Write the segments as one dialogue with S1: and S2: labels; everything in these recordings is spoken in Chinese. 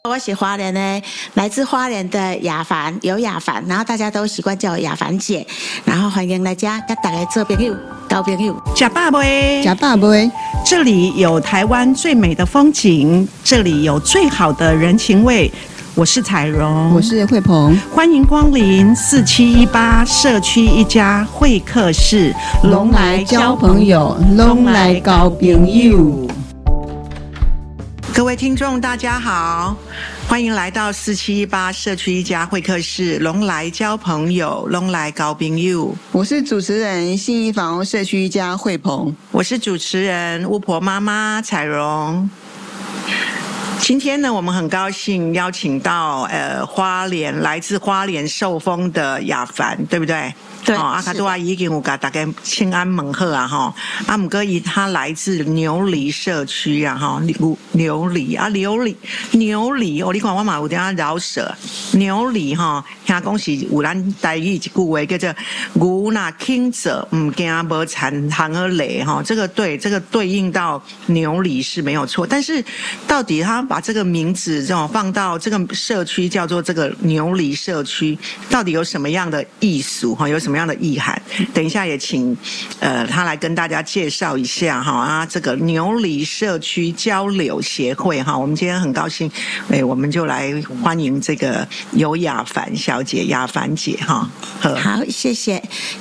S1: 我是花莲的，来自花莲的雅凡，有雅凡，然后大家都习惯叫我雅凡姐，然后欢迎大家跟大家做朋友、交朋友。
S2: 假爸妹，
S3: 假爸妹，
S2: 这里有台湾最美的风景，这里有最好的人情味。我是彩蓉，
S3: 我是慧鹏，
S2: 欢迎光临4718社区一家会客室，
S3: 拢来交朋友，拢来交朋友。
S2: 各位听众大家好，欢迎来到4718社区一家会客室，拢来交朋友，拢来交朋友。
S3: 我是主持人信义房屋社区一家慧鹏，
S2: 我是主持人巫婆妈妈彩蓉。今天呢，我们很高兴邀请到花莲来自花莲寿丰的雅凡，对不对？
S1: 对，
S2: 阿卡多阿已经有给大家请安问候啊哈。阿姆哥伊他来自牛犁社区啊哈，牛犁，哦，你看我嘛有点饶舌，牛犁哈，听讲是有咱台语一句话叫做"牛若轻者唔惊无残行而累"哈，这个对应到牛犁是没有错，但是到底他把这个名字这种放到这个社区叫做这个牛犁社区，到底有什么样的意思哈？有什么样的意涵？等一下也请他来跟大家介绍一下哈啊，这个牛犁社区交流协会哈，我们今天很高兴，我们就来欢迎这个尤雅凡小姐、雅凡姐哈。
S1: 好，谢谢，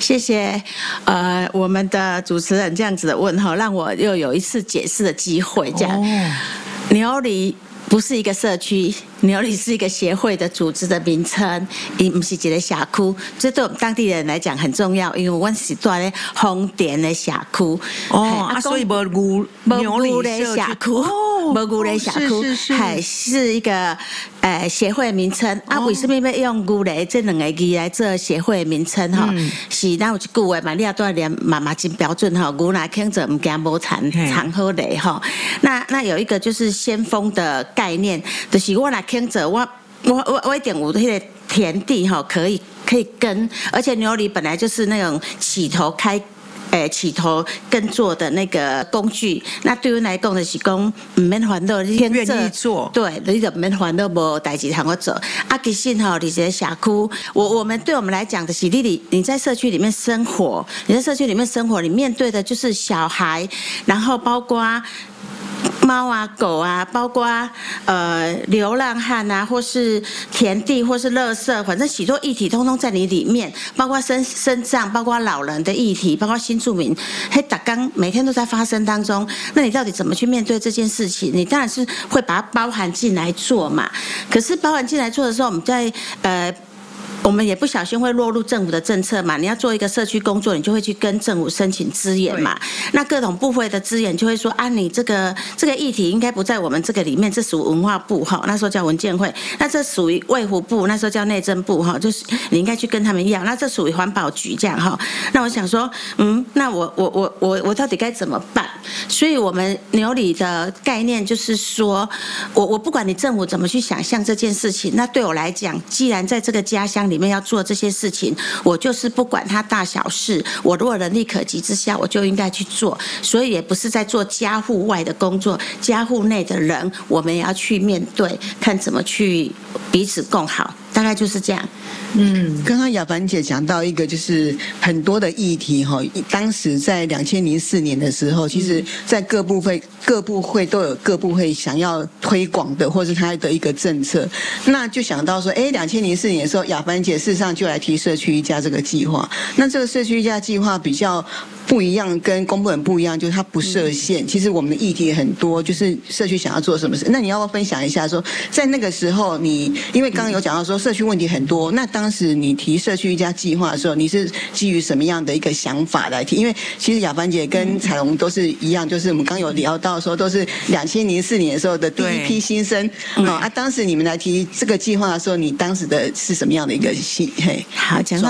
S1: 我们的主持人这样子的问候，让我又有一次解释的机会，这样。牛犁不是一个社区，牛犁是一个协会的组织的名称，伊不是一个社区，这对我们当地人来讲很重要，因为我们是住在丰田的社区。
S2: 所以没牛犁社区，
S1: 没牛犁社区，还是一个协会名称。为什么要用牛犁这两个字来做协会名称？是咱有一句话嘛，你要多练嘛真标准哈，牛若轻者唔惊无残好犁哈。那有一个就是先锋的概念，就是我若轻者我一定有那个田地哈，可以耕，而且牛犁本来就是那种起头耕作的那个工具，那对我来讲就是讲唔免烦恼，你
S2: 愿意做，
S1: 对，你就唔免烦恼无代志通我做。其实哈，你这社区，我们对我们来讲的是，你在社区里面生活，你面对的就是小孩，然后包括猫啊、狗啊，包括流浪汉啊，或是田地，或是垃圾，反正许多议题通通在你里面，包括身障，包括老人的议题，包括新住民，每天都在发生当中。那你到底怎么去面对这件事情？你当然是会把它包含进来做嘛。可是包含进来做的时候，我们也不小心会落入政府的政策嘛，你要做一个社区工作，你就会去跟政府申请资源嘛。那各种部会的资源就会说你这个议题应该不在我们这个里面，这属文化部哈，那时候叫文建会，那这属于卫福部，那时候叫内政部哈，就是你应该去跟他们要，那这属于环保局这样哈。那我想说，那我到底该怎么办？所以我们牛犁的概念就是说，我不管你政府怎么去想象这件事情，那对我来讲，既然在这个家乡里面要做这些事情，我就是不管它大小事，我如果能力可及之下，我就应该去做。所以也不是在做家户外的工作，家户内的人，我们也要去面对，看怎么去彼此共好。大概就是这样。
S3: 刚刚雅凡姐讲到一个就是很多的议题哈，当时在2004年的时候，其实在各部会都有各部会想要推广的，或是它的一个政策，那就想到说，2004年的时候，雅凡姐事实上就来提社区一家这个计划。那这个社区一家计划比较不一样，跟公部门不一样，就是它不设限。其实我们的议题很多，就是社区想要做什么事。那你要不要分享一下说，在那个时候因为刚刚有讲到说社区问题很多，那当时你提社区一家计划的时候，你是基于什么样的一个想法来提？因为其实雅凡姐跟彩蓉都是一样，就是我们刚有聊到说都是2004年的时候的第一批新生。当时你们来提这个计划的时候，你当时的是什么样的一个
S1: 好，讲到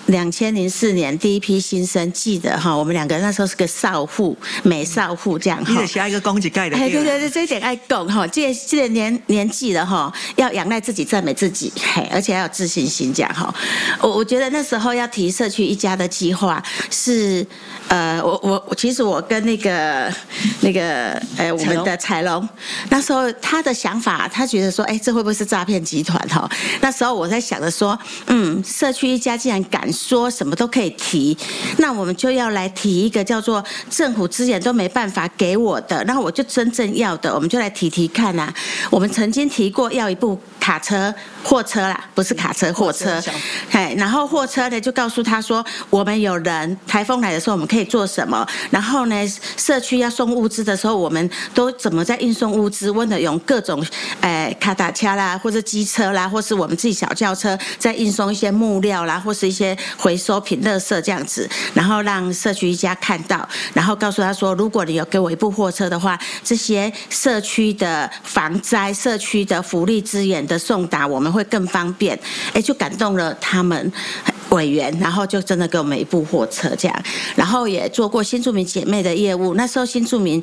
S1: 2004年第一批新生，记得哈，我们两个那时候是个少妇，美少妇这样哈。
S2: 你得下一个公己盖的。
S1: 对对对，这一点爱讲哈，这个年纪了哈，要仰赖自己，赞美自己，嘿，而且要有自信心这样哈。我觉得那时候要提社区一家的计划是，其实我跟那个我们的彩龙，那时候他的想法，他觉得说，这会不会是诈骗集团哈？那时候我在想着说，社区一家既然敢说什么都可以提，那我们就要来提一个叫做政府资源都没办法给我的，那我就真正要的，我们就来提看啊。我们曾经提过要一部货车啦，不是卡车，货车。然后货车呢就告诉他说，我们有人，台风来的时候我们可以做什么？然后呢，社区要送物资的时候，我们都怎么在运送物资？温的用各种卡达车啦，或者机车啦，或是我们自己小轿车在运送一些木料啦，或是一些回收品、垃圾这样子，然后让社区一家看到，然后告诉他说，如果你有给我一部货车的话，这些社区的防灾、社区的福利资源的送达，我们会更方便。就感动了他们委员，然后就真的给我们一部货车这样，然后也做过新住民姐妹的业务。那时候新住民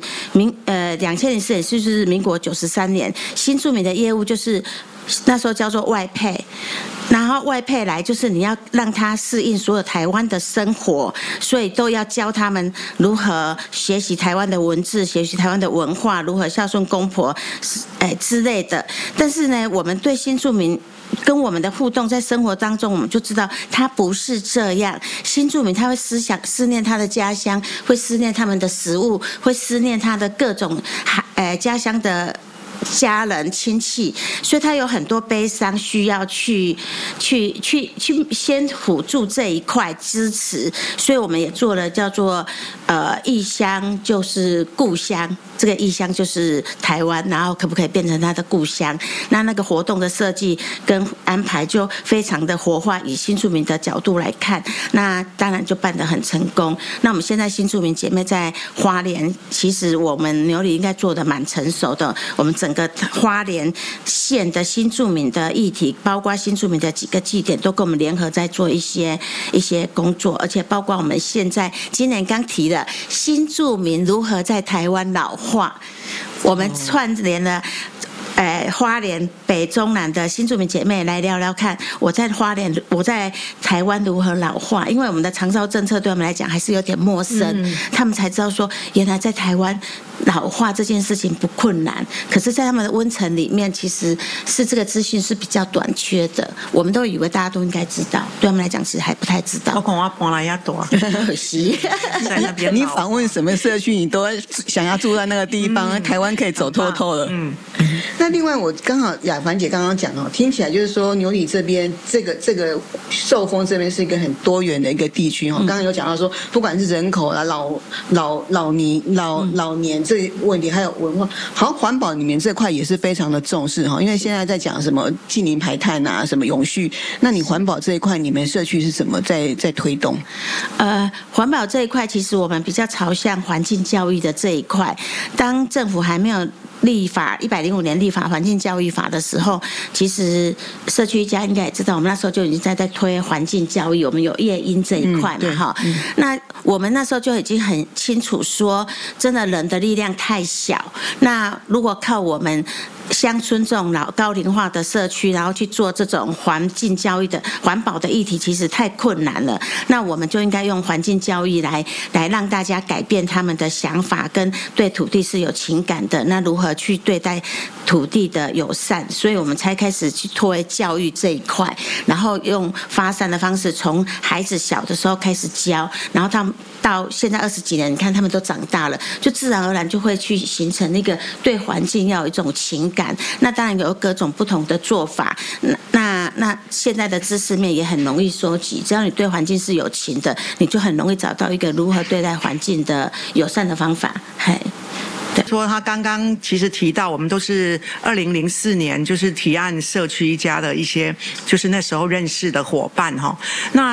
S1: 2004年就是民国93年，新住民的业务就是那时候叫做外配。然后外配来就是你要让他适应所有台湾的生活，所以都要教他们如何学习台湾的文字，学习台湾的文化，如何孝顺公婆，之类的。但是呢，我们对新住民跟我们的互动，在生活当中，我们就知道他不是这样。新住民他会思念他的家乡，会思念他们的食物，会思念他的各种家乡的家人亲戚，所以他有很多悲伤需要去先辅助这一块支持，所以我们也做了叫做异乡就是故乡，这个异乡就是台湾，然后可不可以变成他的故乡？那个活动的设计跟安排就非常的活化，以新住民的角度来看，那当然就办得很成功。那我们现在新住民姐妹在花莲，其实我们牛里应该做得蛮成熟的，我们整个花莲县的新住民的议题，包括新住民的几个祭典，都跟我们联合在做一些工作，而且包括我们现在今年刚提的新住民如何在台湾老化，我们串联了花莲北中南的新住民姐妹来聊聊看，我在花莲，我在台湾如何老化？因为我们的长照政策对他们来讲还是有点陌生，他们才知道说，原来在台湾老化这件事情不困难，可是在他们的温层里面，其实是这个资讯是比较短缺的。我们都以为大家都应该知道，对他们来讲其实还不太知道。
S2: 我看我搬来也大，
S1: 可惜
S2: 在那边。
S3: 你访问什么社区，你都想要住在那个地方，台湾可以走透透了。那另外，我刚好雅凡姐刚刚讲听起来就是说牛里这边这个寿丰这边是一个很多元的一个地区刚刚有讲到说，不管是人口啊、老年这个问题，还有文化，好像环保里面这块也是非常的重视因为现在在讲什么净零排碳啊，什么永续，那你环保这一块，你们社区是怎么在推动？
S1: 环保这一块，其实我们比较朝向环境教育的这一块，当政府还没有立法105年立法环境教育法的时候，其实社区一家应该也知道，我们那时候就已经在推环境教育，我们有夜莺这一块嘛那我们那时候就已经很清楚说，真的人的力量太小，那如果靠我们乡村这种高龄化的社区，然后去做这种环境教育的环保的议题，其实太困难了。那我们就应该用环境教育来让大家改变他们的想法，跟对土地是有情感的。那如何去对待土地的友善？所以我们才开始去推教育这一块，然后用发散的方式，从孩子小的时候开始教，然后他们到现在20几年，你看他们都长大了，就自然而然就会去形成那个对环境要有一种情感。那当然有各种不同的做法，那现在的知识面也很容易收集，只要你对环境是有情的，你就很容易找到一个如何对待环境的友善的方法。
S2: 说他刚刚其实提到，我们都是2004年就是提案社区一家的一些，就是那时候认识的伙伴那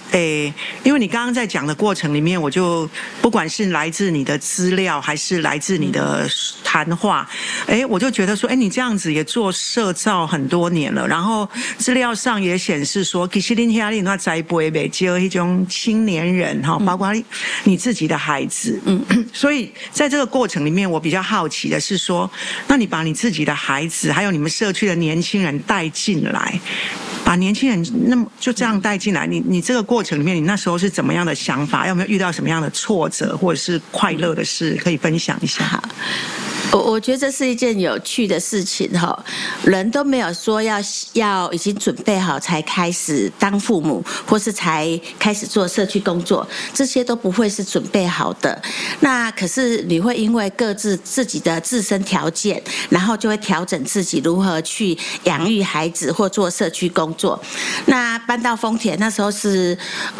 S2: 因为你刚刚在讲的过程里面，我就不管是来自你的资料，还是来自你的谈话，我就觉得说，你这样子也做社造很多年了，然后资料上也显示说，其实你遐你那栽培呗，只有一种青年人哈，包括你自己的孩子，所以在这个过程里面，我比较好奇的是说，那你把你自己的孩子，还有你们社区的年轻人带进来。把年轻人那么就这样带进来，你这个过程里面，你那时候是怎么样的想法？有没有遇到什么样的挫折或者是快乐的事可以分享一下？
S1: 我觉得这是一件有趣的事情哈，人都没有说要已经准备好才开始当父母，或是才开始做社区工作，这些都不会是准备好的。那可是你会因为各自自己的自身条件，然后就会调整自己如何去养育孩子或做社区工作。那搬到丰田那时候是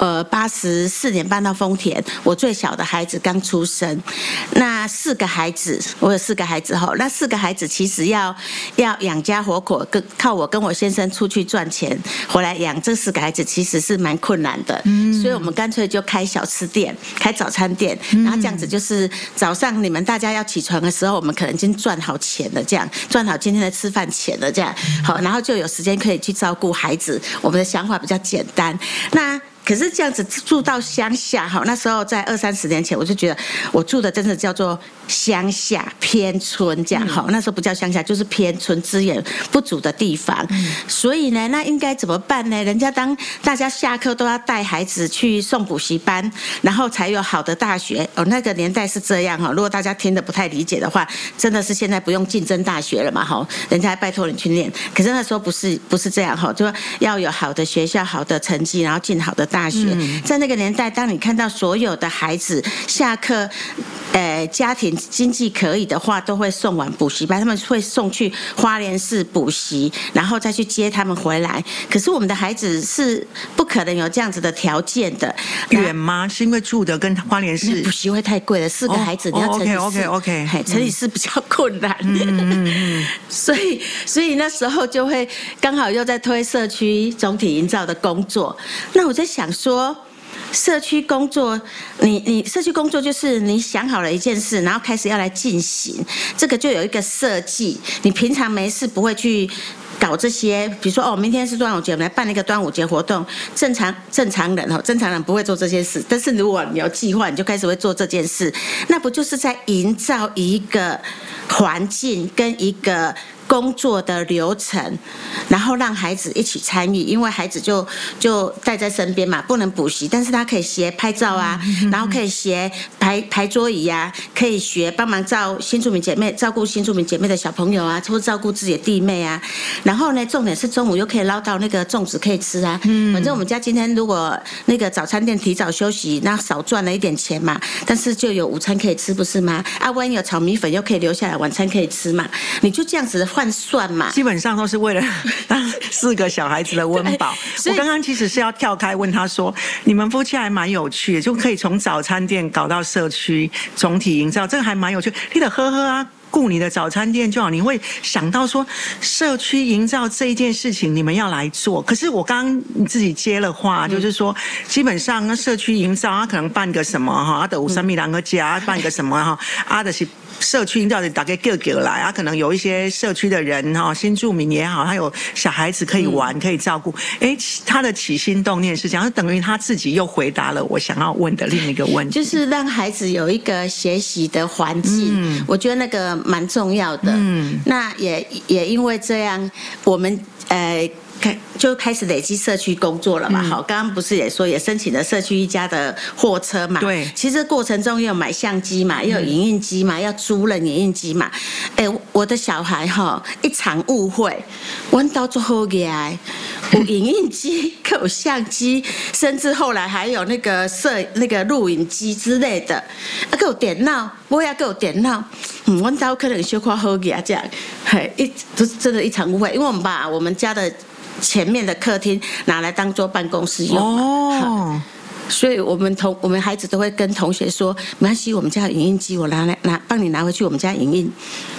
S1: 84年搬到丰田，我最小的孩子刚出生，那4个孩子，我有4个孩子后，那4个孩子其实要养家活口，靠我跟我先生出去赚钱回来养这4个孩子，其实是蛮困难的。所以我们干脆就开小吃店，开早餐店，然后这样子就是早上你们大家要起床的时候，我们可能已经赚好钱了，这样赚好今天的吃饭钱了，这样好，然后就有时间可以去照顾孩子。我们的想法比较简单，那。可是这样子住到乡下哈，那时候在20-30年前，我就觉得我住的真的叫做乡下偏村这样哈，那时候不叫乡下，就是偏村，资源不足的地方。所以呢，那应该怎么办呢？人家当大家下课都要带孩子去送补习班，然后才有好的大学。那个年代是这样哈。如果大家听得不太理解的话，真的是现在不用竞争大学了嘛哈，人家还拜托你去念。可是那时候不是这样哈，就要有好的学校、好的成绩，然后进好的大学。在那个年代，当你看到所有的孩子下课，家庭经济可以的话，都会送往补习班，他们会送去花莲市补习，然后再去接他们回来。可是我们的孩子是不可能有这样子的条件的。
S2: 远吗？是因为住的跟花莲市
S1: 补习会太贵了，4个孩子你要乘以4，
S2: OK，
S1: 乘以4比较困难。所以那时候就会刚好又在推社区总体营造的工作。那我在想说，社区工作，你社区工作就是你想好了一件事，然后开始要来进行，这个就有一个设计。你平常没事不会去搞这些，比如说明天是端午节，我们来办一个端午节活动。正常人不会做这些事，但是如果你有计划，你就开始会做这件事。那不就是在营造一个环境跟一个工作的流程，然后让孩子一起参与，因为孩子就带在身边嘛，不能补习，但是他可以学拍照啊，然后可以学排桌椅啊，可以学帮忙照顾新住民姐妹的小朋友啊，或照顾自己的弟妹啊。然后呢，重点是中午又可以捞到那个粽子可以吃啊。反正我们家今天如果那个早餐店提早休息，那少赚了一点钱嘛，但是就有午餐可以吃，不是吗？万一有炒米粉又可以留下来，晚餐可以吃嘛。你就这样子换算嘛，
S2: 基本上都是为了当4个小孩子的温饱。我刚刚其实是要跳开问他说，你们夫妻还蛮有趣的，就可以从早餐店搞到社区总体营造，这个还蛮有趣。你得呵呵啊。顾你的早餐店就好，你会想到说社区营造这一件事情你们要来做。可是我刚刚你自己接了话，就是说基本上那社区营造他可能办个什么哈，的5-3米2个家办个什么哈，的是社区营造的大概叫来可能有一些社区的人新住民也好，他有小孩子可以玩可以照顾。他的起心动念是这样，等于他自己又回答了我想要问的另一个问题，
S1: 就是让孩子有一个学习的环境。我觉得那个蛮重要的。那也因为这样，我们就开始累积社区工作了嘛。好，刚刚不是也说也申请了社区一家的货车嘛？对。其实过程中也有买相机嘛，也有影印机嘛，要租了影印机嘛。我的小孩一场误会，我到最后来有影印机，有相机，甚至后来还有那个录影机之类的，还有电脑，我也有电脑。我到可能小可好个这样，真的一场误会，因为我们把我们家的前面的客厅拿来当做办公室用。所以我们孩子都会跟同学说，没关系，我们家有影印机，我帮你拿回去我们家影印。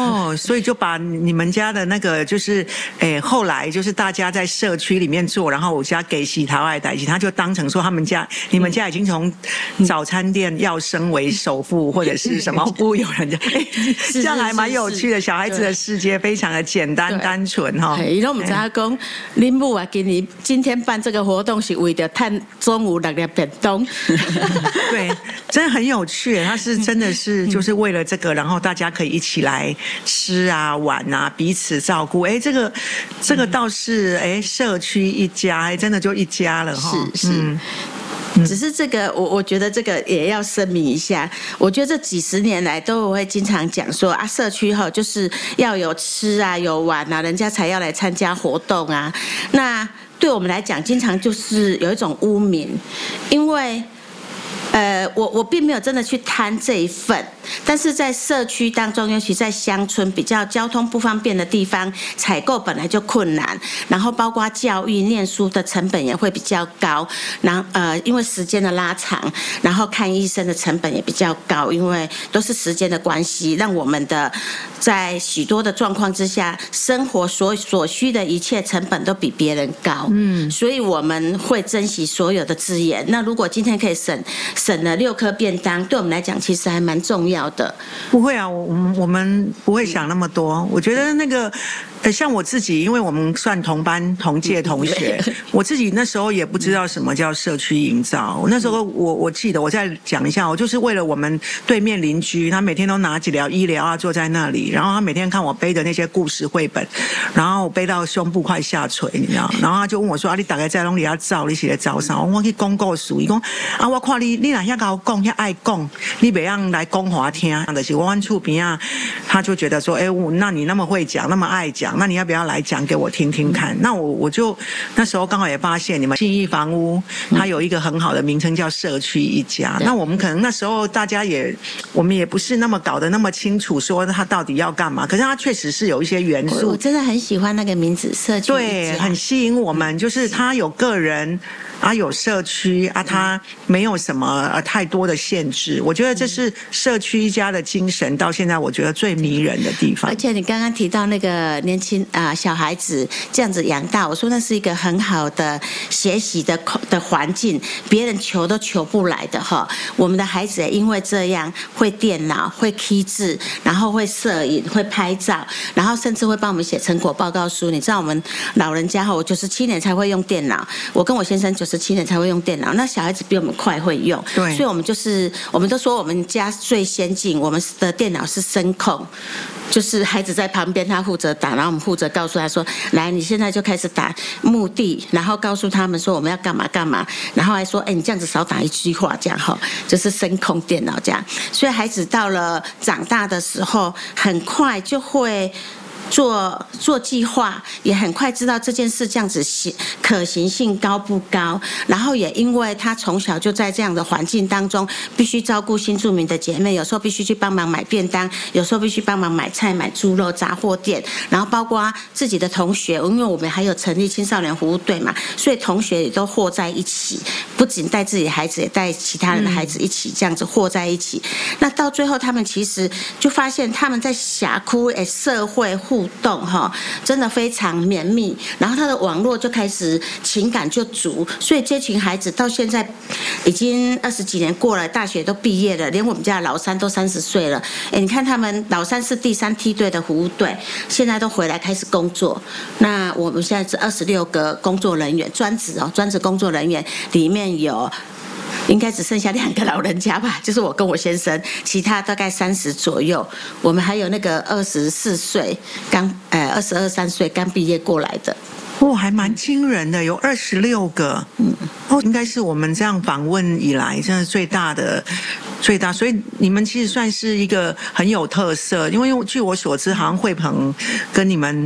S2: 哦，所以就把你们家的那个就是后来就是大家在社区里面做，然后我家给洗桃爱代洗，他就当成说你们家已经从早餐店要升为首富或者是什么富有人家，这样还蛮有趣的。小孩子的世界非常的简单单纯哈。
S1: 因为我们知道讲，恁母啊，今天办这个活动是为了赚中午6粒便当。
S2: 对，真的很有趣。他是真的是就是为了这个，然后大家可以一起来吃啊、玩啊，彼此照顾。这个倒是社区一家，真的就一家了哈。
S1: 是。只是这个，我觉得这个也要声明一下。我觉得这几十年来都会经常讲说啊，社区就是要有吃啊、有玩啊，人家才要来参加活动啊。那对我们来讲，经常就是有一种污名，因为我并没有真的去贪这一份，但是在社区当中，尤其在乡村比较交通不方便的地方，采购本来就困难，然后包括教育、念书的成本也会比较高，然后因为时间的拉长，然后看医生的成本也比较高，因为都是时间的关系，让我们的在许多的状况之下，生活所需的一切成本都比别人高，所以我们会珍惜所有的资源。那如果今天可以省了6颗便当，对我们来讲其实还蛮重要的。
S2: 不会啊，我们不会想那么多。我觉得那个像我自己，因为我们算同班同届同学，我自己那时候也不知道什么叫社区营造。那时候我记得，我再讲一下，我就是为了我们对面邻居，他每天都拿几疗医疗啊坐在那里，然后他每天看我背的那些故事绘本，然后我背到胸部快下垂，你知道，然后他就问我说：“啊，你大概在弄里要照，你是在照啥？”我去讲故事，伊讲啊，我看你哪遐甲我讲，遐爱讲，你别让来讲话听，就是我厝边啊，他就觉得说：“那你那么会讲，那么爱讲。”那你要不要来讲给我听听看？那我就那时候刚好也发现你们信义房屋它有一个很好的名称叫社区一家。那我们可能那时候大家我们也不是那么搞得那么清楚，说它到底要干嘛。可是它确实是有一些元素，
S1: 我真的很喜欢那个名字社区一家，
S2: 对，很吸引我们，就是它有个人。有社区它没有什么太多的限制，我觉得这是社区一家的精神，到现在我觉得最迷人的地方。
S1: 而且你刚刚提到那个年轻小孩子这样子养大，我说那是一个很好的学习的环境，别人求都求不来的哈。我们的孩子也因为这样会电脑、会key字，然后会摄影、会拍照，然后甚至会帮我们写成果报告书。你知道我们老人家我97年才会用电脑，我跟我先生97年才会用电脑，那小孩子比我们快会用，
S2: 对，
S1: 所以我们都说我们家最先进，我们的电脑是声控，就是孩子在旁边，他负责打，然后我们负责告诉他说：“来，你现在就开始打目的，然后告诉他们说我们要干嘛干嘛，然后还说，你这样子少打一句话，这样哈，就是声控电脑这样。所以孩子到了长大的时候，很快就会。”做计划，也很快知道这件事这样子可行性高不高，然后也因为他从小就在这样的环境当中，必须照顾新住民的姐妹，有时候必须去帮忙买便当，有时候必须帮忙买菜、买猪肉、杂货店，然后包括自己的同学，因为我们还有成立青少年服务队嘛，所以同学也都和在一起，不仅带自己的孩子，也带其他人的孩子一起这样子和在一起。那到最后，他们其实就发现他们在辖区的社会互动真的非常绵密，然后他的网络就开始情感就足，所以这群孩子到现在已经20几年过了，大学都毕业了，连我们家的老三都30岁了。你看他们老三是第3梯队的服务队，现在都回来开始工作。那我们现在是26个工作人员，专职工作人员里面有。应该只剩下2个老人家吧，就是我跟我先生，其他大概30左右。我们还有那个24岁22、23岁刚毕业过来的。
S2: 还蛮惊人的，有26个。应该是我们这样访问以来真的最大，所以你们其实算是一个很有特色。因为据我所知，好像惠鹏跟你们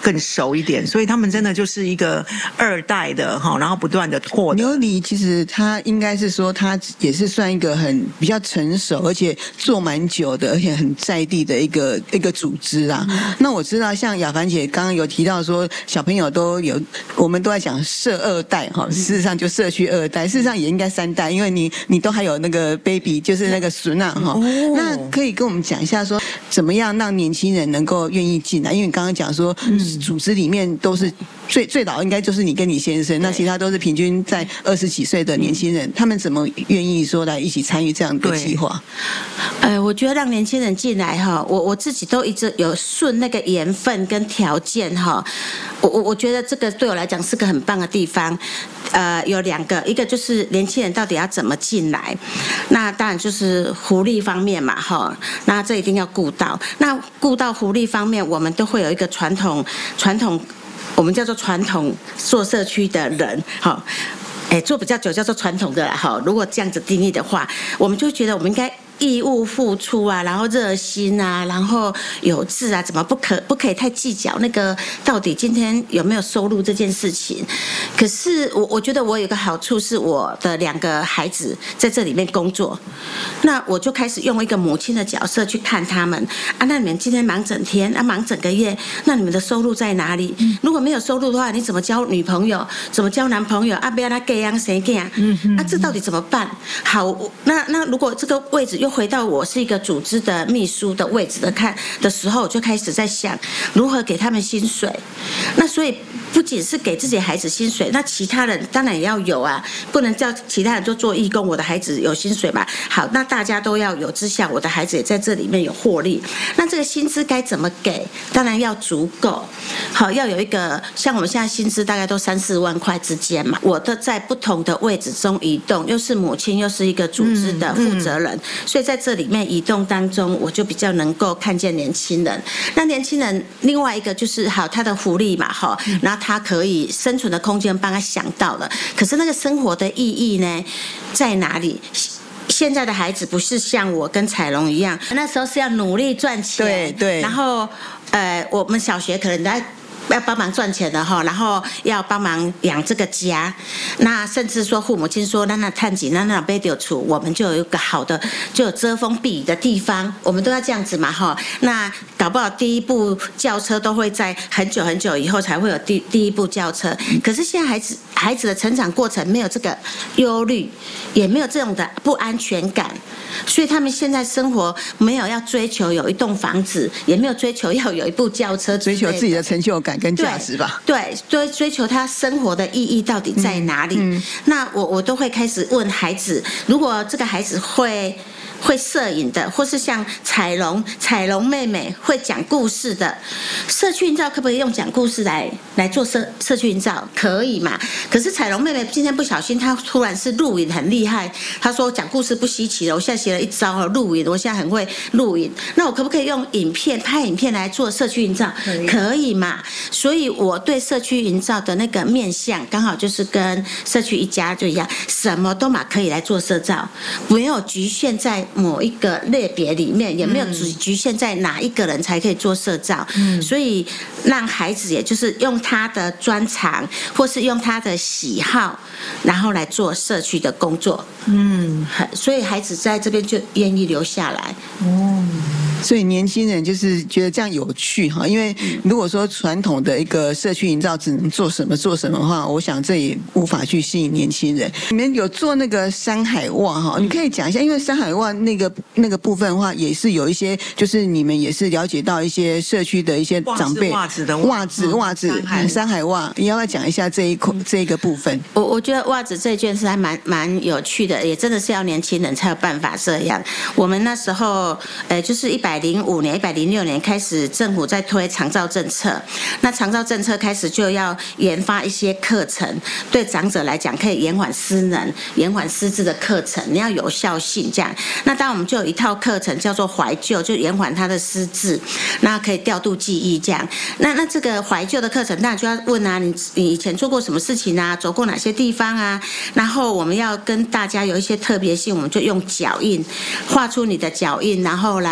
S2: 更熟一点，所以他们真的就是一个2代的哈，然后不断的拓。
S3: 牛梨其实它应该是说，它也是算一个比较成熟，而且做蛮久的，而且很在地的一个组织啊。那我知道，像雅凡姐刚刚有提到说，小朋友都有，我们都在讲社2代哈，事实上就社区2代，事实上也应该3代，因为你都还有那个 baby， 就是那个孙啊哈。那可以跟我们讲一下说，怎么样让年轻人能够愿意进来？因为你刚刚讲说，组织里面都是最老应该就是你跟你先生，那其他都是平均在20几岁的年轻人，他们怎么愿意说来一起参与这样的计划？
S1: 我觉得让年轻人进来哈，我自己都一直有顺那个缘分跟条件哈，我觉得这个对我来讲是个很棒的地方。有2个，一个就是年轻人到底要怎么进来，那当然就是福利方面嘛哈，那这一定要顾到。那顾到福利方面，我们都会有一个传统，我们叫做传统做社区的人哈。做比较久叫做传统的啦哈。如果这样子定义的话，我们就觉得我们应该义务付出啊，然后热心啊，然后有志啊，怎么不可以太计较那个到底今天有没有收入这件事情？可是我觉得我有一个好处是我的2个孩子在这里面工作，那我就开始用一个母亲的角色去看他们啊。那你们今天忙整天啊，忙整个月，那你们的收入在哪里？如果没有收入的话，你怎么交女朋友？怎么交男朋友？啊，不要他给样谁给啊？这到底怎么办？好，那如果这个位置又回到我是一个组织的秘书的位置的时候，我就开始在想如何给他们薪水。那所以不仅是给自己孩子薪水，那其他人当然也要有啊，不能叫其他人就做义工，我的孩子有薪水嘛。好，那大家都要有之下，我的孩子也在这里面有获利。那这个薪资该怎么给？当然要足够。好，要有一个像我们现在薪资大概都3-4万块之间嘛。我的在不同的位置中移动，又是母亲，又是一个组织的负责人，所以在这里面移动当中，我就比较能够看见年轻人。那年轻人另外一个就是好他的福利嘛，哈，然后他可以生存的空间帮他想到了，可是那个生活的意义呢，在哪里？现在的孩子不是像我跟彩龙一样，那时候是要努力赚钱，
S3: 对，
S1: 然后我们小学可能在要帮忙赚钱的哈，然后要帮忙养这个家，那甚至说父母亲说那探井那被丢出，我们就有一个好的就有遮风避雨的地方，我们都要这样子嘛哈。那搞不好第一部轿车都会在很久很久以后才会有第一部轿车，可是现在孩子的成长过程没有这个忧虑，也没有这种的不安全感，所以他们现在生活没有要追求有一栋房子，也没有追求要有一部轿车，
S3: 追求自己的成就感跟价值吧。
S1: 对，追求他生活的意义到底在哪里？那我都会开始问孩子，如果这个孩子会摄影的，或是像彩龙妹妹会讲故事的，社区营造可不可以用讲故事来做社区营造？可以嘛？可是彩龙妹妹今天不小心，她突然是录影很厉害，她说讲故事不稀奇了，我现在学了一招录影，我现在很会录影，那我可不可以用拍影片来做社区营造？可以嘛？所以我对社区营造的那个面向，刚好就是跟社区一家就一样，什么都嘛可以来做社造，没有局限在某一个类别里面，也没有局限在哪一个人才可以做社造，所以让孩子也就是用他的专长或是用他的喜好，然后来做社区的工作。所以孩子在这边就愿意留下来。
S3: 所以年轻人就是觉得这样有趣哈，因为如果说传统的一个社区营造只能做什么的话，我想这也无法去吸引年轻人。你们有做那个山海袜哈，你可以讲一下，因为山海袜那个部分的话，也是有一些，就是你们也是了解到一些社区的一些长辈
S2: 袜子
S3: 山海袜，你要不要讲一下这一个部分？
S1: 我觉得袜子这件事还蛮有趣的，也真的是要年轻人才有办法这样。我们那时候就是105年、106年开始，政府在推长照政策。那长照政策开始就要研发一些课程，对长者来讲可以延缓失能、延缓失智的课程，你要有效性这样。那当然我们就有一套课程叫做怀旧，就延缓他的失智，那可以调度记忆这样。那这个怀旧的课程，当然就要问啊，你以前做过什么事情啊？走过哪些地方啊？然后我们要跟大家有一些特别性，我们就用脚印画出你的脚印，然后来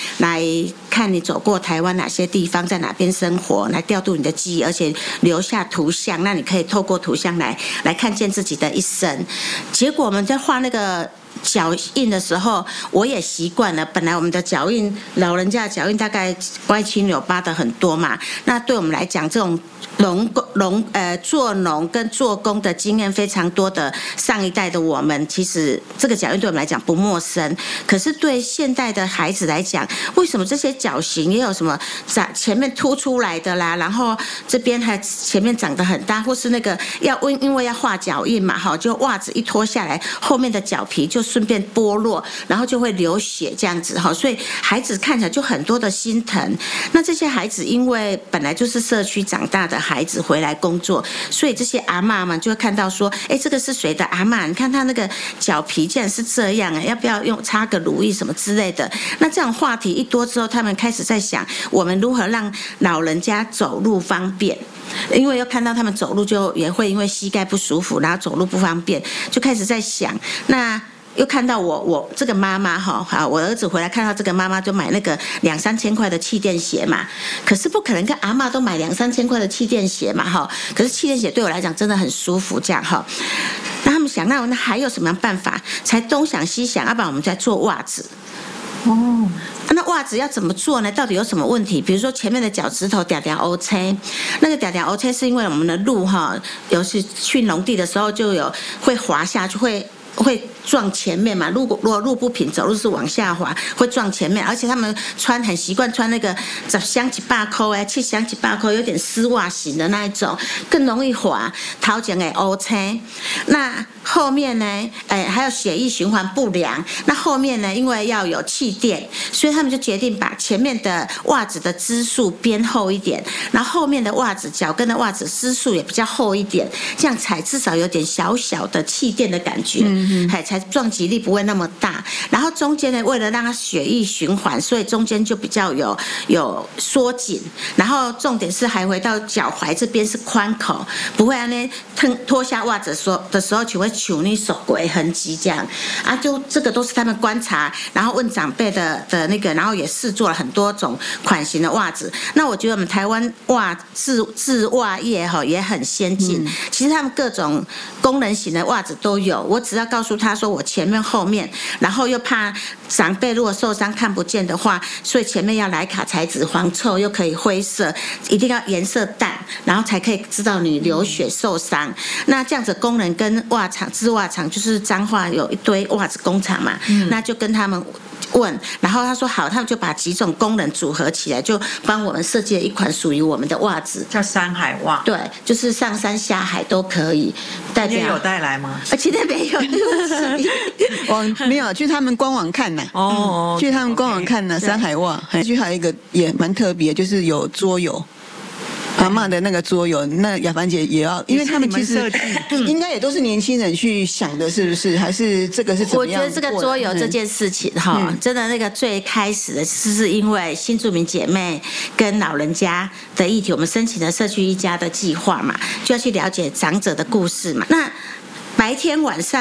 S1: 来看你走过台湾哪些地方，在哪边生活，来调度你的记忆，而且留下图像，那你可以透过图像来看见自己的一生。结果我们在画那个脚印的时候，我也习惯了。本来我们的脚印，老人家的脚印大概歪七扭八的很多嘛。那对我们来讲，这种做农跟做工的经验非常多的上一代的我们，其实这个脚印对我们来讲不陌生。可是对现代的孩子来讲，为什么这些脚型也有什么前面凸出来的啦，然后这边还前面长得很大，或是那个因为要画脚印嘛，哈，就袜子一脱下来，后面的脚皮就顺便剥落，然后就会流血这样子哈，所以孩子看起来就很多的心疼。那这些孩子因为本来就是社区长大的孩子回来工作，所以这些阿嬷们就会看到说，哎，这个是谁的阿嬷？你看他那个脚皮竟然是这样啊，要不要擦个乳液什么之类的？那这样话题一多之后，他们开始在想，我们如何让老人家走路方便。因为又看到他们走路就也会因为膝盖不舒服，然后走路不方便，就开始在想那。又看到我这个妈妈哈，我儿子回来看到这个妈妈就买那个2-3千块的气垫鞋嘛，可是不可能跟阿嬷都买2-3千块的气垫鞋嘛哈，可是气垫鞋对我来讲真的很舒服这样哈。那他们想那还有什么样办法？才东想西想，要不然我们再做袜子。哦，那袜子要怎么做呢？到底有什么问题？比如说前面的脚趾头嗲嗲 OK， 那个嗲嗲 OK 是因为我们的路哈，有时去农地的时候就有会滑下去，会撞前面嘛，如果路不平，走路是往下滑，会撞前面。而且他们很习惯穿那个10箱100块7箱100块，有点丝袜型的那一种，更容易滑。头前的 OK， 那后面呢，还有血液循环不良。那后面呢，因为要有气垫，所以他们就决定把前面的袜子的支数编厚一点，然后后面的袜子脚跟的袜子支数也比较厚一点，这样才至少有点小小的气垫的感觉。才撞击力不会那么大，然后中间呢，为了让它血液循环，所以中间就比较有缩紧，然后重点是还回到脚踝这边是宽口，不会安尼脱下袜子的时候就会像你手鬼痕迹这样啊，就这个都是他们观察，然后问长辈的那个，然后也试做了很多种款型的袜子。那我觉得我们台湾制袜业也很先进，其实他们各种功能型的袜子都有，我只要告诉他说我前面后面，然后又怕长辈如果受伤看不见的话，所以前面要莱卡材质黄臭又可以灰色，一定要颜色淡，然后才可以知道你流血受伤。那这样子功能跟织袜厂就是彰化有一堆袜子工厂嘛，那就跟他们问，然后他说好，他们就把几种功能组合起来，就帮我们设计了一款属于我们的袜子，
S2: 叫山海袜。
S1: 对，就是上山下海都可以。
S2: 代表有带来吗？
S1: 今天没有，
S3: 没有去他们官网看呐。哦，去他们官网看呐，山海袜。去还有一个也蛮特别，就是有桌游。阿嬷的那个桌游，那雅凡姐也要，因为他们其实应该也都是年轻人去想的，是不是？还是这个是怎么样？
S1: 我觉得这个桌游这件事情哈，真的那个最开始的是因为新住民姐妹跟老人家的议题，我们申请了社区一家的计划嘛，就要去了解长者的故事嘛。那白天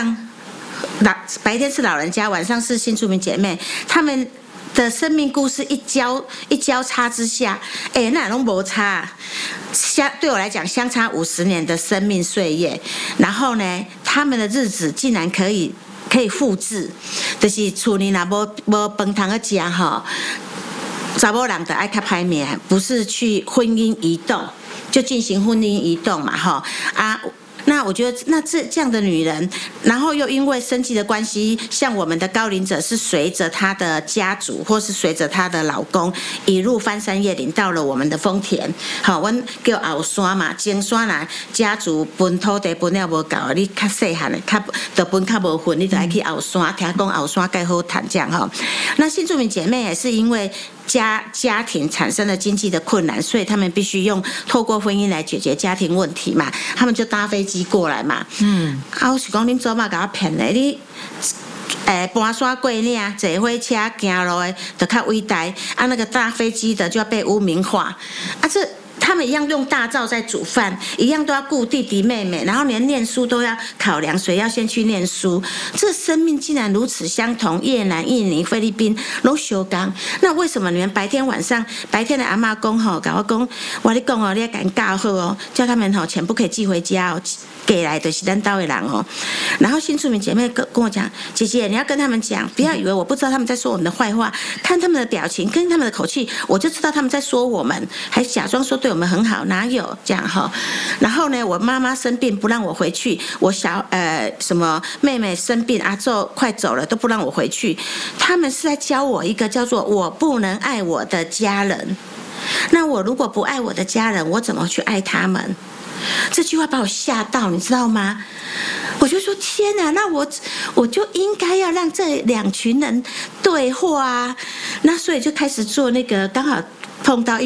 S1: 是老人家，晚上是新住民姐妹，他们的生命故事一交叉之下，那都没差。对我来讲，相差50年的生命岁月，然后呢，他们的日子竟然可以复制，就是厝里若无饭通个食吼，查某人就爱较歹命，不是去婚姻移动就进行婚姻移动嘛吼啊。那我觉得，那这样的女人，然后又因为生计的关系，像我们的高龄者是随着她的家族，或是随着她的老公一路翻山越岭到了我们的丰田。好，我叫后山嘛，前山啦，家族分土地分了无够，你较细汉的，就分较无分，你就爱去后山，听讲后山更好谈这样哈。那新住民姐妹也是因为家庭产生了经济的困难，所以他们必须透过婚姻来解决家庭问题嘛，他们就搭飞机过来嘛。我是讲恁祖妈给我骗的， 搬山过岭，坐火车行路的就较伟大，啊，那个搭飞机的就要被污名化，啊，这。他们一样用大灶在煮饭，一样都要顾弟弟妹妹，然后连念书都要考量谁要先去念书。这生命竟然如此相同，越南、印尼、菲律宾都相同。那为什么你们白天晚上白天的阿嬷讲吼，跟我讲，我跟你讲哦，你要赶紧教好哦，叫他们吼钱不可以寄回家哦，给来的是咱家的人哦。然后新住民姐妹跟我讲，姐姐你要跟他们讲，不要以为我不知道他们在说我们的坏话，看他们的表情跟他们的口气，我就知道他们在说我们，还假装说对我们很好，哪有这样哈？然后呢，我妈妈生病不让我回去，我什么妹妹生病，阿祖快走了都不让我回去，他们是在教我一个叫做我不能爱我的家人。那我如果不爱我的家人，我怎么去爱他们？这句话把我吓到，你知道吗？我就说天哪，那我就应该要让这两群人对话啊。那所以就开始做那个，刚好碰到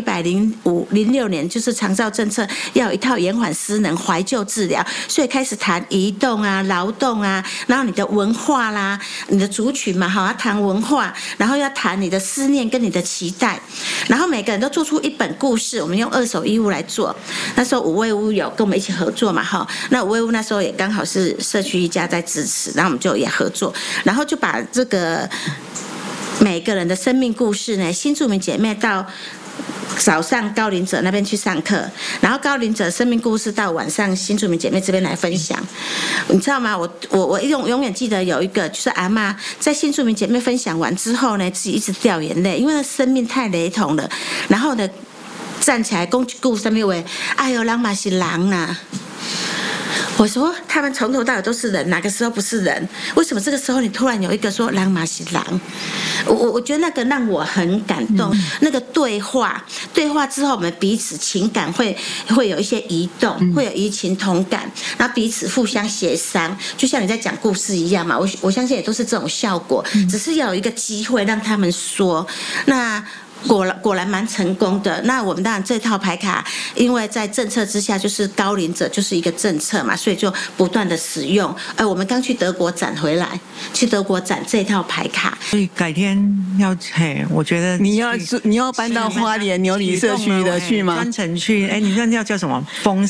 S1: 106年，就是长照政策要有一套延缓失能怀旧治疗，所以开始谈移动啊、劳动啊，然后你的文化啦、你的族群嘛，要谈文化，然后要谈你的思念跟你的期待，然后每个人都做出一本故事，我们用二手衣物来做。那时候五味屋有跟我们一起合作嘛，那五味屋那时候也刚好是社区一家在支持，然后我们就也合作，然后就把这个每个人的生命故事呢，新住民姐妹到早上高龄者那边去上课，然后高龄者生命故事到晚上新住民姐妹这边来分享。你知道吗？我永远记得有一个，就是阿嬷在新住民姐妹分享完之后呢，自己一直掉眼泪，因为那生命太雷同了。然后呢，站起来讲一句什么话？哎呦，人嘛是人呐。我说他们从头到尾都是人，哪个时候不是人？为什么这个时候你突然有一个说人嘛是人？我觉得那个让我很感动。那个对话之后，我们彼此情感会有一些移动，会有移情同感，然后彼此互相协商，就像你在讲故事一样嘛。我相信也都是这种效果，只是要有一个机会让他们说。那果然蛮成功的。那我们当然这套牌卡，因为在政策之下，就是高龄者就是一个政策嘛，所以就不断的使用。我们刚去德国展回来，去德国展这套牌卡。
S2: 所以改天要我觉得
S3: 你要搬到花莲牛里社区的去吗？
S2: 专程去，你那叫什么？丰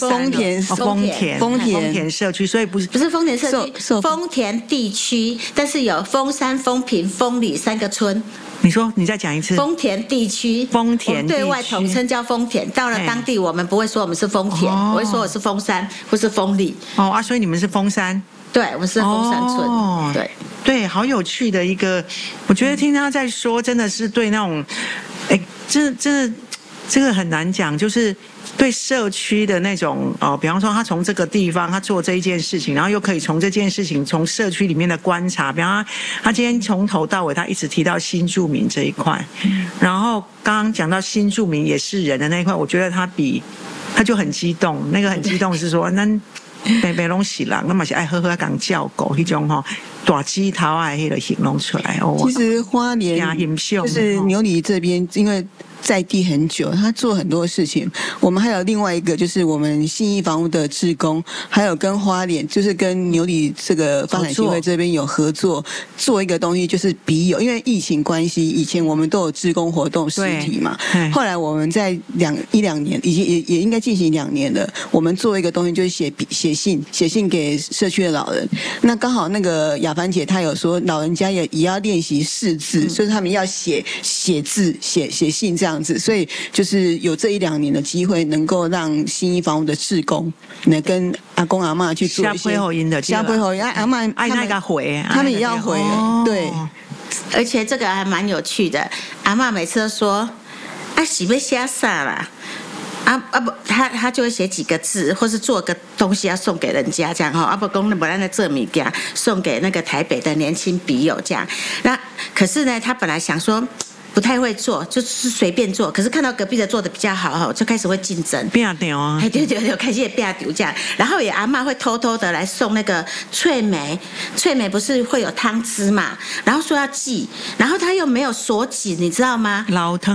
S2: 田社区，所以不是
S1: 丰田社区，丰田地区，但是有丰山、丰平、丰里3个村。
S2: 你说，你再讲一次。
S1: 丰田地区，
S2: 丰田地区，
S1: 对外统称叫丰田。到了当地，我们不会说我们是丰田，我会说我是丰山或是丰里。
S2: 所以你们是丰山。
S1: 对，我们是丰山村。
S2: 对，好有趣的一个，我觉得听他在说，真的是对那种，真的这个很难讲，就是对社区的那种比方说他从这个地方他做这一件事情，然后又可以从这件事情从社区里面的观察，比方他今天从头到尾他一直提到新住民这一块，然后刚刚讲到新住民也是人的那一块，我觉得他就很激动，那个很激动是说那北拢是人，那么是爱喝港叫狗那种大鸡头啊，那个形容出来。
S3: 其实花莲就是牛里这边，因为在地很久，他做很多事情。我们还有另外一个，就是我们信义房屋的志工，还有跟花莲，就是跟牛里这个发展协会这边有合作，做一个东西，就是笔友。因为疫情关系，以前我们都有志工活动实体嘛，后来我们在一两年，已经也应该进行2年了。我们做一个东西，就是写信给社区的老人。那刚好那个雅凡姐她有说，老人家也要练习识字，所以他们要写字、写信这样。所以就是有这1-2年的机会，能够让信义房屋的志工能跟阿公阿嬷去做一些下回后音，阿嬷
S2: 爱那个回，
S3: 他们也要回，对。
S1: 而且这个还蛮有趣的，阿嬷每次都说：“是要写啥啦？”不，他就会写几个字，或是做个东西要送给人家这样不讲不然的这物件送给那个台北的年轻笔友这样。那可是呢，他本来想说。不太会做，就是随便做。可是看到隔壁的做的比较好，就开始会竞争。
S2: 变掉啊！
S1: 对，开始也变掉这样。然后也阿嬷会偷偷的来送那个脆梅，脆梅不是会有汤汁嘛？然后说要寄，然后他又没有锁紧，你知道吗？
S2: 老汤。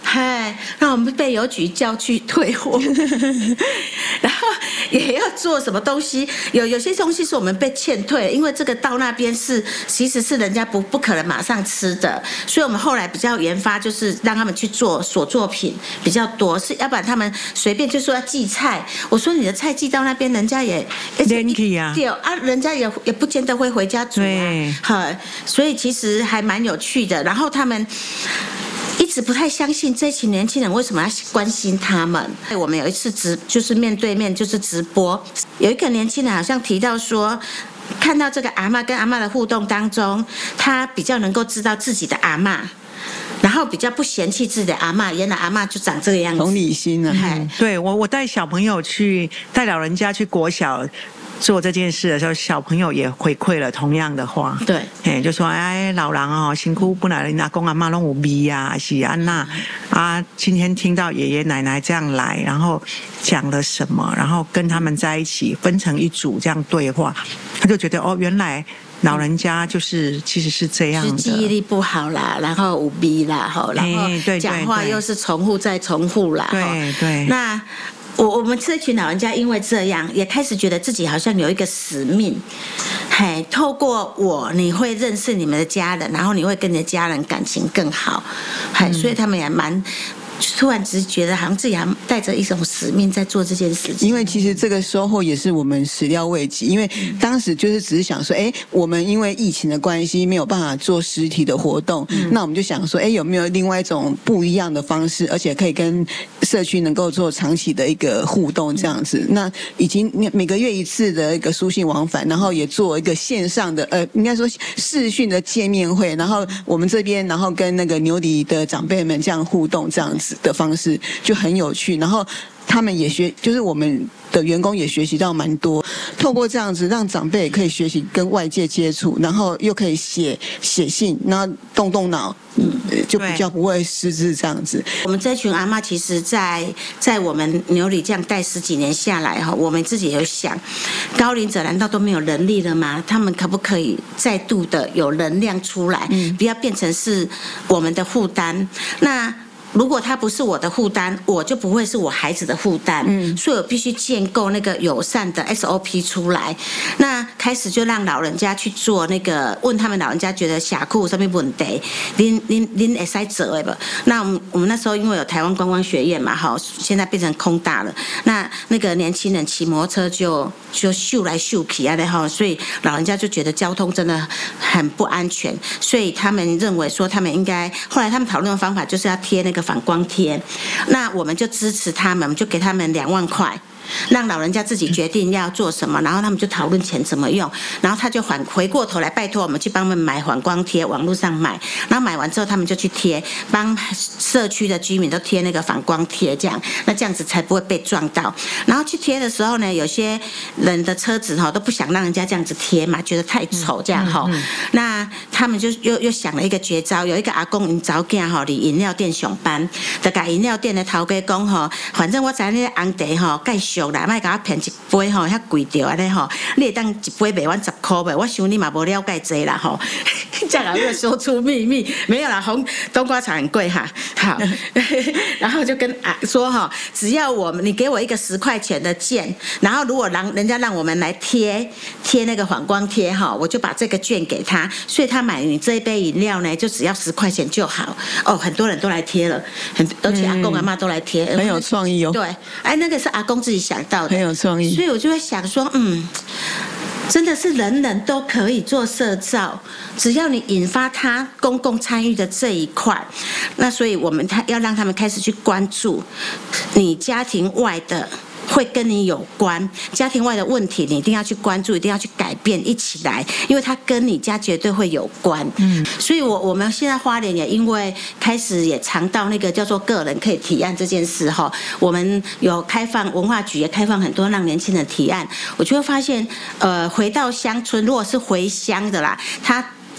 S1: 嗨，让我们被邮局叫去退货，然后也要做什么东西，有些东西是我们被欠退，因为这个到那边其实是人家不可能马上吃的，所以我们后来比较研发，就是让他们去做所作品比较多，是要不然他们随便就说要寄菜，我说你的菜寄到那边，人家也
S2: 连去啊，
S1: 对啊，人家也不见得会回家煮啊，所以其实还蛮有趣的。然后他们一直不太相信这群年轻人为什么要关心他们。我们有一次就是面对面就是直播，有一个年轻人好像提到说，看到这个阿嬷跟阿嬷的互动当中，他比较能够知道自己的阿嬷，然后比较不嫌弃自己的阿嬷，原来阿嬷就长这个样子，
S3: 同理心啊。
S2: 对，我带小朋友带老人家去国小做这件事的时候，小朋友也回馈了同样的话。
S1: 对，
S2: 就说老人哦，辛苦不来，阿公阿嬷拢有味啊，是安那啊。今天听到爷爷奶奶这样来，然后讲了什么，然后跟他们在一起分成一组这样对话，他就觉得原来老人家其实是这样的，
S1: 是记忆力不好啦，然后有味啦，然后讲话又是重复再重复啦，
S2: 对。
S1: 那我们这群老人家因为这样，也开始觉得自己好像有一个使命，透过我你会认识你们的家人，然后你会跟你的家人感情更好，所以他们也蛮。突然只是觉得好像自己还带着一种使命在做这件事情。
S3: 因为其实这个收获也是我们始料未及，因为当时就是只是想说，我们因为疫情的关系没有办法做实体的活动，那我们就想说，有没有另外一种不一样的方式，而且可以跟社区能够做长期的一个互动这样子。那已经每个月一次的一个书信往返，然后也做一个线上的应该说视讯的见面会，然后我们这边然后跟那个牛里的长辈们这样互动这样子的方式就很有趣，然后他们也就是我们的员工也学习到蛮多，透过这样子让长辈也可以学习跟外界接触，然后又可以写信，然后动脑，就比较不会失智这样子。
S1: 我们这群阿嬷其实在我们牛里这样带10几年下来哈，我们自己有想，高龄者难道都没有能力了吗？他们可不可以再度的有能量出来，不要变成是我们的负担？那如果他不是我的负担，我就不会是我孩子的负担。所以我必须建构那个友善的 SOP 出来。那开始就让老人家去做那个，问他们老人家觉得社区有什么问题，您会使做的不？那我们那时候因为有台湾观光学院嘛，现在变成空大了。那个年轻人骑摩托车就秀来秀去啊的所以老人家就觉得交通真的很不安全，所以他们认为说他们应该，后来他们讨论的方法就是要贴那个反光贴，那我们就支持他们，我们就给他们2万块。让老人家自己决定要做什么，然后他们就讨论钱怎么用，然后他就回过头来拜托我们去帮他们买反光贴，网络上买，然后买完之后他们就去贴，帮社区的居民都贴那个反光贴，这样子才不会被撞到。然后去贴的时候呢，有些人的车子都不想让人家这样子贴嘛，觉得太丑这样那他们就又想了一个绝招，有一个阿公因早囝伫饮料店上班，就甲饮料店的头家讲反正我知你红茶介俗啦，莫甲我骗一杯遐贵着安尼你会当一杯卖阮10块呗？我想你嘛无了解这啦这样又说出秘密，没有啦，冬瓜茶很贵好，然后就跟说只要你给我一个10块钱的券，然后如果人家让我们来贴那个反光贴我就把这个券给他，所以他买你这一杯饮料呢，就只要10块钱就好很多人都来贴了，而且阿公阿嬷都来贴，
S3: 很有创意
S1: 对，那个是阿公自己想到的，
S3: 很有创意，
S1: 所以我就会想说，真的是人人都可以做社造，只要你引发他公共参与的这一块，那所以我们要让他们开始去关注你家庭外的。会跟你有关家庭外的问题，你一定要去关注，一定要去改变，一起来，因为它跟你家绝对会有关。所以我们现在花莲也因为开始也尝到那个叫做个人可以提案这件事我们有开放文化局也开放很多让年轻人提案，我就会发现回到乡村，如果是回乡的啦，他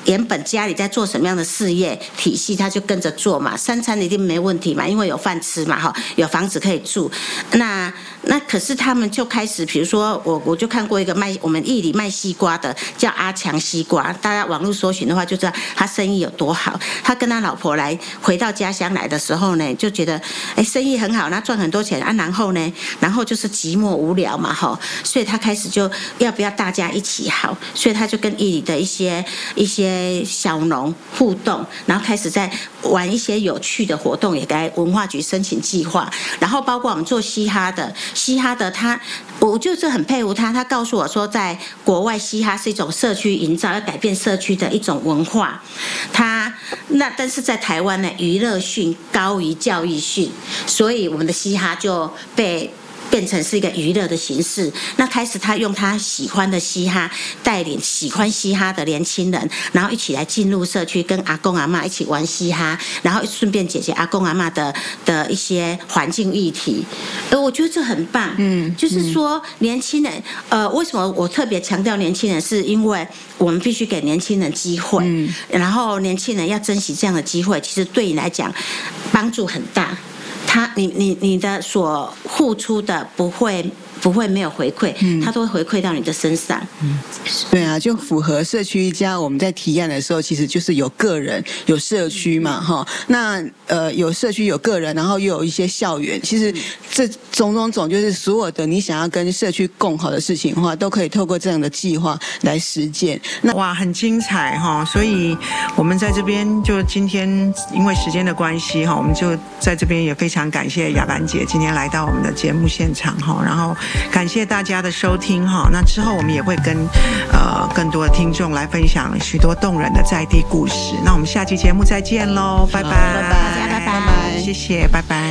S1: 原本家里在做什么样的事业体系，他就跟着做嘛，三餐一定没问题嘛，因为有饭吃嘛，哈，有房子可以住。那可是他们就开始，比如说我就看过一个我们义里卖西瓜的，叫阿强西瓜，大家网络搜寻的话就知道他生意有多好。他跟他老婆回到家乡来的时候呢，就觉得生意很好，那赚很多钱啊，然后就是寂寞无聊嘛，哈，所以他开始就要不要大家一起好，所以他就跟义里的一些小农互动，然后开始在玩一些有趣的活动，也给文化局申请计划，然后包括我们做嘻哈的我就是很佩服他，他告诉我说，在国外嘻哈是一种社区营造，要改变社区的一种文化。但是在台湾呢，娱乐性高于教育性，所以我们的嘻哈就变成是一个娱乐的形式。那开始他用他喜欢的嘻哈，带领喜欢嘻哈的年轻人，然后一起来进入社区，跟阿公阿嬷一起玩嘻哈，然后顺便解决阿公阿嬷的一些环境议题。我觉得这很棒。就是说年轻人，为什么我特别强调年轻人，是因为我们必须给年轻人机会，然后年轻人要珍惜这样的机会，其实对你来讲帮助很大。你的所付出的不会没有回馈，它都会回馈到你的身上。
S3: 对啊，就符合社区一家我们在提案的时候，其实就是有个人有社区嘛，哈。那有社区有个人，然后又有一些校园，其实这种就是所有的你想要跟社区共好的事情的话，都可以透过这样的计划来实践。
S2: 哇，很精彩哈！所以我们在这边就今天因为时间的关系哈，我们就在这边也非常感谢雅兰姐今天来到我们的节目现场哈，然后感谢大家的收听哈。那之后我们也会跟更多的听众来分享许多动人的在地故事。那我们下期节目再见喽，拜拜，
S1: 大家拜拜，
S2: 谢谢，拜拜。